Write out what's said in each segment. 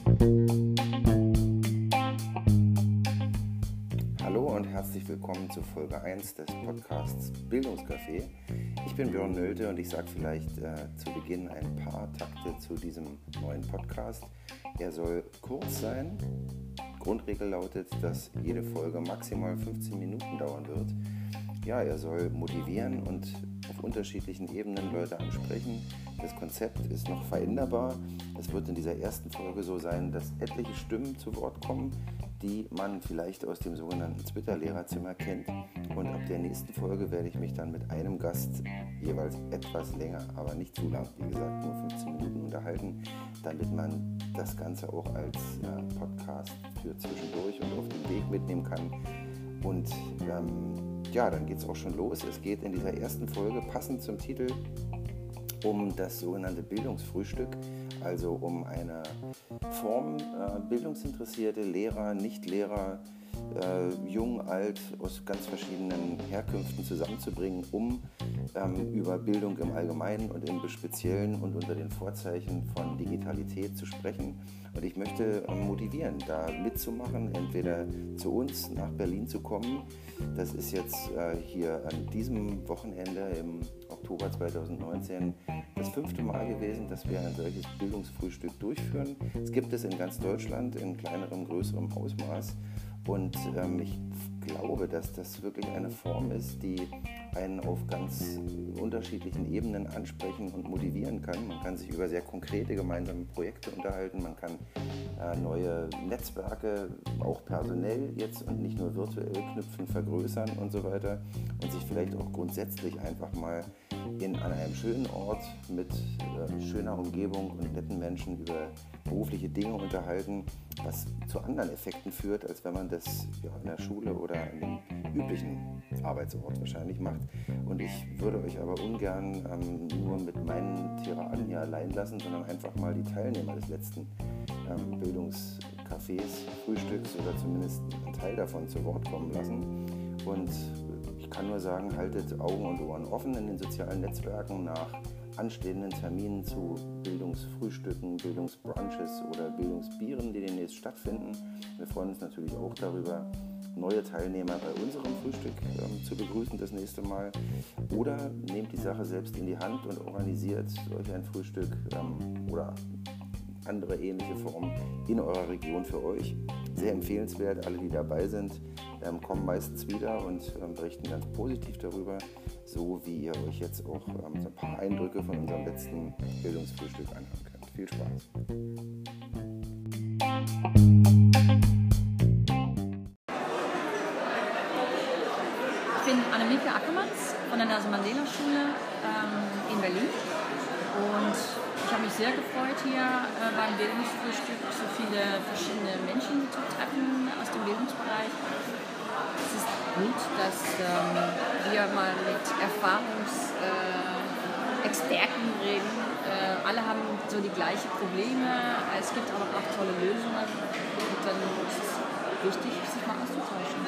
Hallo und herzlich willkommen zu Folge 1 des Podcasts Bildungscafé. Ich bin Björn Nölte und ich sage vielleicht zu Beginn ein paar Takte zu diesem neuen Podcast. Er soll kurz sein. Grundregel lautet, dass jede Folge maximal 15 Minuten dauern wird. Ja, er soll motivieren und auf unterschiedlichen Ebenen Leute ansprechen. Das Konzept ist noch veränderbar. Es wird in dieser ersten Folge so sein, dass etliche Stimmen zu Wort kommen, die man vielleicht aus dem sogenannten Twitter-Lehrerzimmer kennt. Und ab der nächsten Folge werde ich mich dann mit einem Gast jeweils etwas länger, aber nicht zu lang, wie gesagt, nur 15 Minuten unterhalten, damit man das Ganze auch als Podcast für zwischendurch und auf dem Weg mitnehmen kann. Und dann geht es auch schon los. Es geht in dieser ersten Folge, passend zum Titel, um das sogenannte Bildungsfrühstück, also um eine Form, bildungsinteressierte Lehrer, Nichtlehrer, jung, alt, aus ganz verschiedenen Herkünften zusammenzubringen, um über Bildung im Allgemeinen und im Speziellen und unter den Vorzeichen von Digitalität zu sprechen. Und ich möchte motivieren, da mitzumachen, entweder zu uns nach Berlin zu kommen. Das ist jetzt hier an diesem Wochenende im Oktober 2019 das 5. Mal gewesen, dass wir ein solches Bildungsfrühstück durchführen. Es gibt es in ganz Deutschland in kleinerem, größerem Ausmaß. Und ich glaube, dass das wirklich eine Form ist, die einen auf ganz unterschiedlichen Ebenen ansprechen und motivieren kann. Man kann sich über sehr konkrete gemeinsame Projekte unterhalten, man kann neue Netzwerke, auch personell jetzt und nicht nur virtuell knüpfen, vergrößern und so weiter und sich vielleicht auch grundsätzlich einfach mal an einem schönen Ort mit schöner Umgebung und netten Menschen über berufliche Dinge unterhalten, was zu anderen Effekten führt, als wenn man das in der Schule oder an dem üblichen Arbeitsort wahrscheinlich macht. Und ich würde euch aber ungern nur mit meinen Tiraden hier allein lassen, sondern einfach mal die Teilnehmer des letzten Bildungscafés, Frühstücks oder zumindest einen Teil davon zu Wort kommen lassen. Und ich kann nur sagen, haltet Augen und Ohren offen in den sozialen Netzwerken nach anstehenden Terminen zu Bildungsfrühstücken, Bildungsbrunches oder Bildungsbieren, die demnächst stattfinden. Wir freuen uns natürlich auch darüber, neue Teilnehmer bei unserem Frühstück zu begrüßen das nächste Mal. Oder nehmt die Sache selbst in die Hand und organisiert euch ein Frühstück oder andere ähnliche Formen in eurer Region für euch. Sehr empfehlenswert, alle, die dabei sind, kommen meistens wieder und berichten ganz positiv darüber, so wie ihr euch jetzt auch so ein paar Eindrücke von unserem letzten Bildungsfrühstück anhören könnt. Viel Spaß! Ich bin Annemieke Ackermanns von der Nelson-Mandela-Schule in Berlin und ich habe mich sehr gefreut, hier beim Bildungsfrühstück so viele verschiedene Menschen zu treffen aus dem Bildungsbereich. Es ist gut, dass wir mal mit Erfahrungsexperten reden. Alle haben so die gleichen Probleme, es gibt aber auch tolle Lösungen und dann ist es wichtig, sich mal auszutauschen.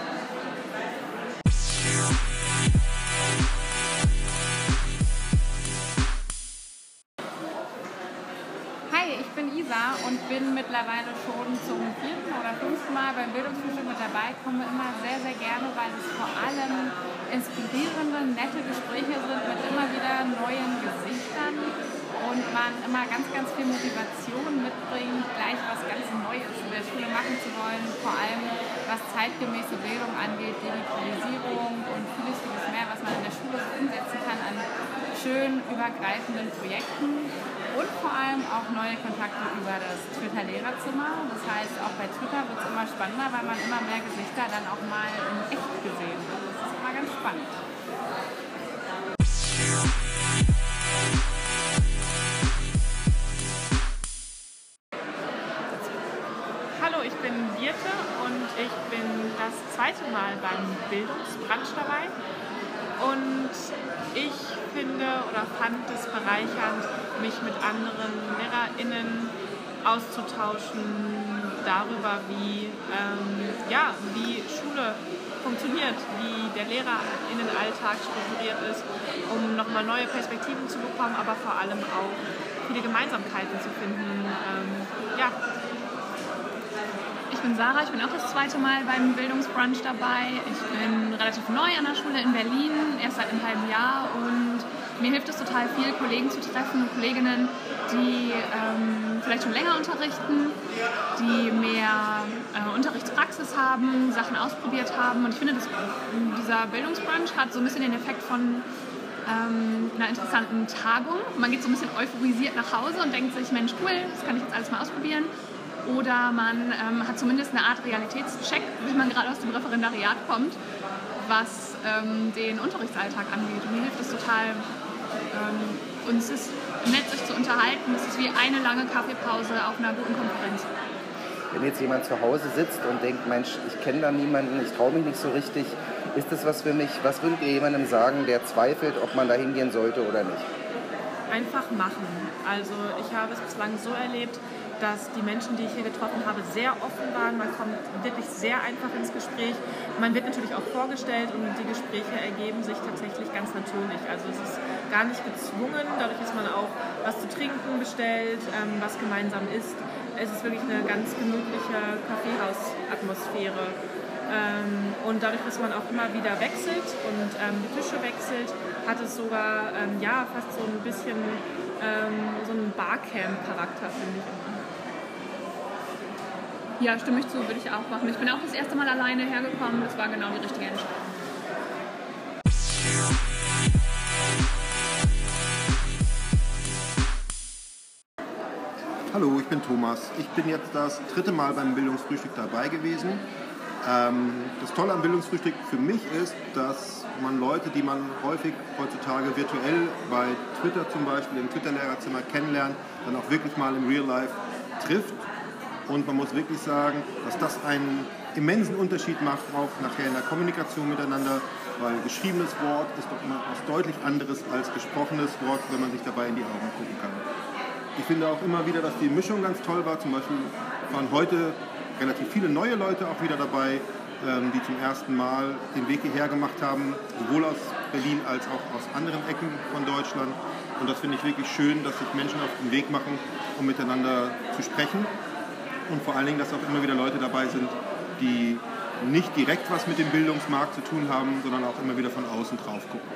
Ich bin Isa und bin mittlerweile schon zum 4. oder 5. Mal beim Bildungsfrühstück mit dabei, komme immer sehr, sehr gerne, weil es vor allem inspirierende, nette Gespräche sind mit immer wieder neuen Gesichtern und man immer ganz, ganz viel Motivation mitbringt, gleich was ganz Neues in der Schule machen zu wollen, vor allem was zeitgemäße Bildung angeht, Digitalisierung und vieles, vieles mehr, was man in der Schule umsetzen kann an schön übergreifenden Projekten. Und vor allem auch neue Kontakte über das Twitter-Lehrerzimmer. Das heißt, auch bei Twitter wird es immer spannender, weil man immer mehr Gesichter dann auch mal in echt gesehen wird. Das ist immer ganz spannend. Hallo, ich bin Birte und ich bin das 2. Mal beim Bildungsbrunch dabei. Und ich fand es bereichernd, mich mit anderen LehrerInnen auszutauschen darüber, wie Schule funktioniert, wie der LehrerInnenalltag strukturiert ist, um nochmal neue Perspektiven zu bekommen, aber vor allem auch viele Gemeinsamkeiten zu finden, bin Sarah, ich bin auch das zweite Mal beim Bildungsbrunch dabei. Ich bin relativ neu an der Schule in Berlin, erst seit einem halben Jahr und mir hilft es total viel, Kollegen zu treffen und Kolleginnen, die vielleicht schon länger unterrichten, die mehr Unterrichtspraxis haben, Sachen ausprobiert haben. Und ich finde, dieser Bildungsbrunch hat so ein bisschen den Effekt von einer interessanten Tagung. Man geht so ein bisschen euphorisiert nach Hause und denkt sich, Mensch, cool, das kann ich jetzt alles mal ausprobieren. Oder man hat zumindest eine Art Realitätscheck, wenn man gerade aus dem Referendariat kommt, was den Unterrichtsalltag angeht. Und mir hilft das total. Und es ist nett, sich zu unterhalten. Es ist wie eine lange Kaffeepause auf einer guten Konferenz. Wenn jetzt jemand zu Hause sitzt und denkt, Mensch, ich kenne da niemanden, ich traue mich nicht so richtig, ist das was für mich? Was würdet ihr jemandem sagen, der zweifelt, ob man da hingehen sollte oder nicht? Einfach machen. Also ich habe es bislang so erlebt, dass die Menschen, die ich hier getroffen habe, sehr offen waren. Man kommt wirklich sehr einfach ins Gespräch. Man wird natürlich auch vorgestellt und die Gespräche ergeben sich tatsächlich ganz natürlich. Also es ist gar nicht gezwungen, dadurch, dass man auch was zu trinken bestellt, was gemeinsam isst. Es ist wirklich eine ganz gemütliche Kaffeehausatmosphäre. Und dadurch, dass man auch immer wieder wechselt und die Tische wechselt, hat es sogar fast so ein bisschen so einen Barcamp-Charakter, finde ich immer. Ja, stimme ich zu, würde ich auch machen. Ich bin auch das erste Mal alleine hergekommen. Das war genau die richtige Entscheidung. Hallo, ich bin Thomas. Ich bin jetzt das 3. Mal beim Bildungsfrühstück dabei gewesen. Das Tolle am Bildungsfrühstück für mich ist, dass man Leute, die man häufig heutzutage virtuell bei Twitter zum Beispiel, im Twitter-Lehrerzimmer kennenlernt, dann auch wirklich mal im Real Life trifft. Und man muss wirklich sagen, dass das einen immensen Unterschied macht, auch nachher in der Kommunikation miteinander, weil geschriebenes Wort ist doch immer was deutlich anderes als gesprochenes Wort, wenn man sich dabei in die Augen gucken kann. Ich finde auch immer wieder, dass die Mischung ganz toll war. Zum Beispiel waren heute relativ viele neue Leute auch wieder dabei, die zum ersten Mal den Weg hierher gemacht haben, sowohl aus Berlin als auch aus anderen Ecken von Deutschland. Und das finde ich wirklich schön, dass sich Menschen auf den Weg machen, um miteinander zu sprechen. Und vor allen Dingen, dass auch immer wieder Leute dabei sind, die nicht direkt was mit dem Bildungsmarkt zu tun haben, sondern auch immer wieder von außen drauf gucken.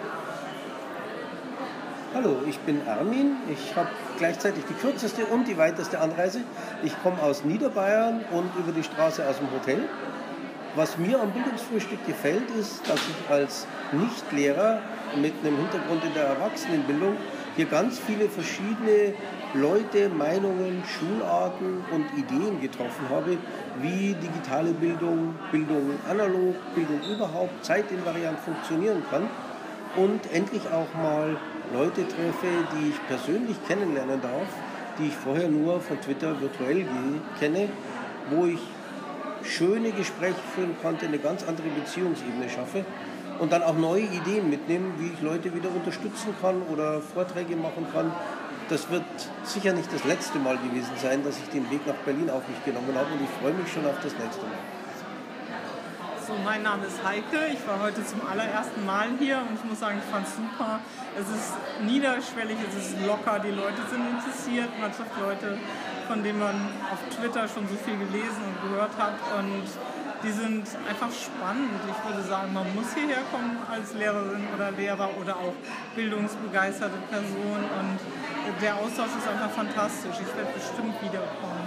Hallo, ich bin Armin. Ich habe gleichzeitig die kürzeste und die weiteste Anreise. Ich komme aus Niederbayern und über die Straße aus dem Hotel. Was mir am Bildungsfrühstück gefällt, ist, dass ich als Nichtlehrer mit einem Hintergrund in der Erwachsenenbildung hier ganz viele verschiedene Leute, Meinungen, Schularten und Ideen getroffen habe, wie digitale Bildung, Bildung analog, Bildung überhaupt, zeitinvariant funktionieren kann und endlich auch mal Leute treffe, die ich persönlich kennenlernen darf, die ich vorher nur von Twitter virtuell kenne, wo ich schöne Gespräche führen konnte, eine ganz andere Beziehungsebene schaffe und dann auch neue Ideen mitnehmen, wie ich Leute wieder unterstützen kann oder Vorträge machen kann. Das wird sicher nicht das letzte Mal gewesen sein, dass ich den Weg nach Berlin auf mich genommen habe und ich freue mich schon auf das nächste Mal. So, mein Name ist Heike, ich war heute zum allerersten Mal hier und ich muss sagen, ich fand es super. Es ist niederschwellig, es ist locker, die Leute sind interessiert, man trifft Leute, von denen man auf Twitter schon so viel gelesen und gehört hat und die sind einfach spannend. Ich würde sagen, man muss hierher kommen als Lehrerin oder Lehrer oder auch bildungsbegeisterte Person und der Austausch ist einfach fantastisch. Ich werde bestimmt wiederkommen.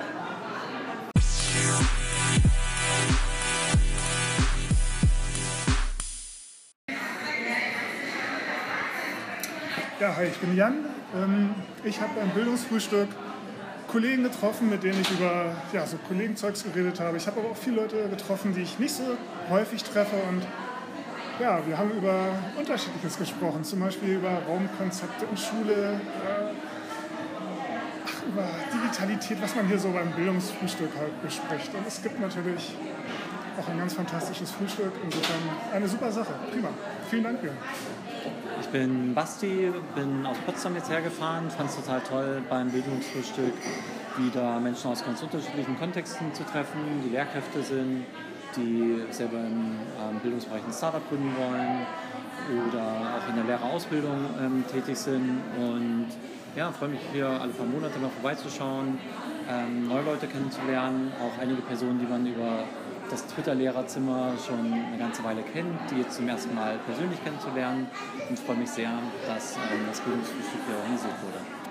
Ja, hi, ich bin Jan. Ich habe beim Bildungsfrühstück Kollegen getroffen, mit denen ich über so Kollegenzeugs geredet habe. Ich habe aber auch viele Leute getroffen, die ich nicht so häufig treffe. Und ja, wir haben über Unterschiedliches gesprochen, zum Beispiel über Raumkonzepte in Schule, über Digitalität, was man hier so beim Bildungsfrühstück halt bespricht. Und es gibt natürlich auch ein ganz fantastisches Frühstück. Insofern eine super Sache. Prima. Vielen Dank, Björn. Ich bin Basti, bin aus Potsdam jetzt hergefahren, fand es total toll beim Bildungsfrühstück wieder Menschen aus ganz unterschiedlichen Kontexten zu treffen, die Lehrkräfte sind, die selber im Bildungsbereich ein Startup gründen wollen oder auch in der Lehrerausbildung tätig sind und ja, freue mich hier alle paar Monate mal vorbeizuschauen neue Leute kennenzulernen, auch einige Personen, die man über das Twitter-Lehrerzimmer schon eine ganze Weile kennt, die jetzt zum ersten Mal persönlich kennenzulernen, und freue mich sehr, dass das Bildungsfrühstück hier organisiert wurde.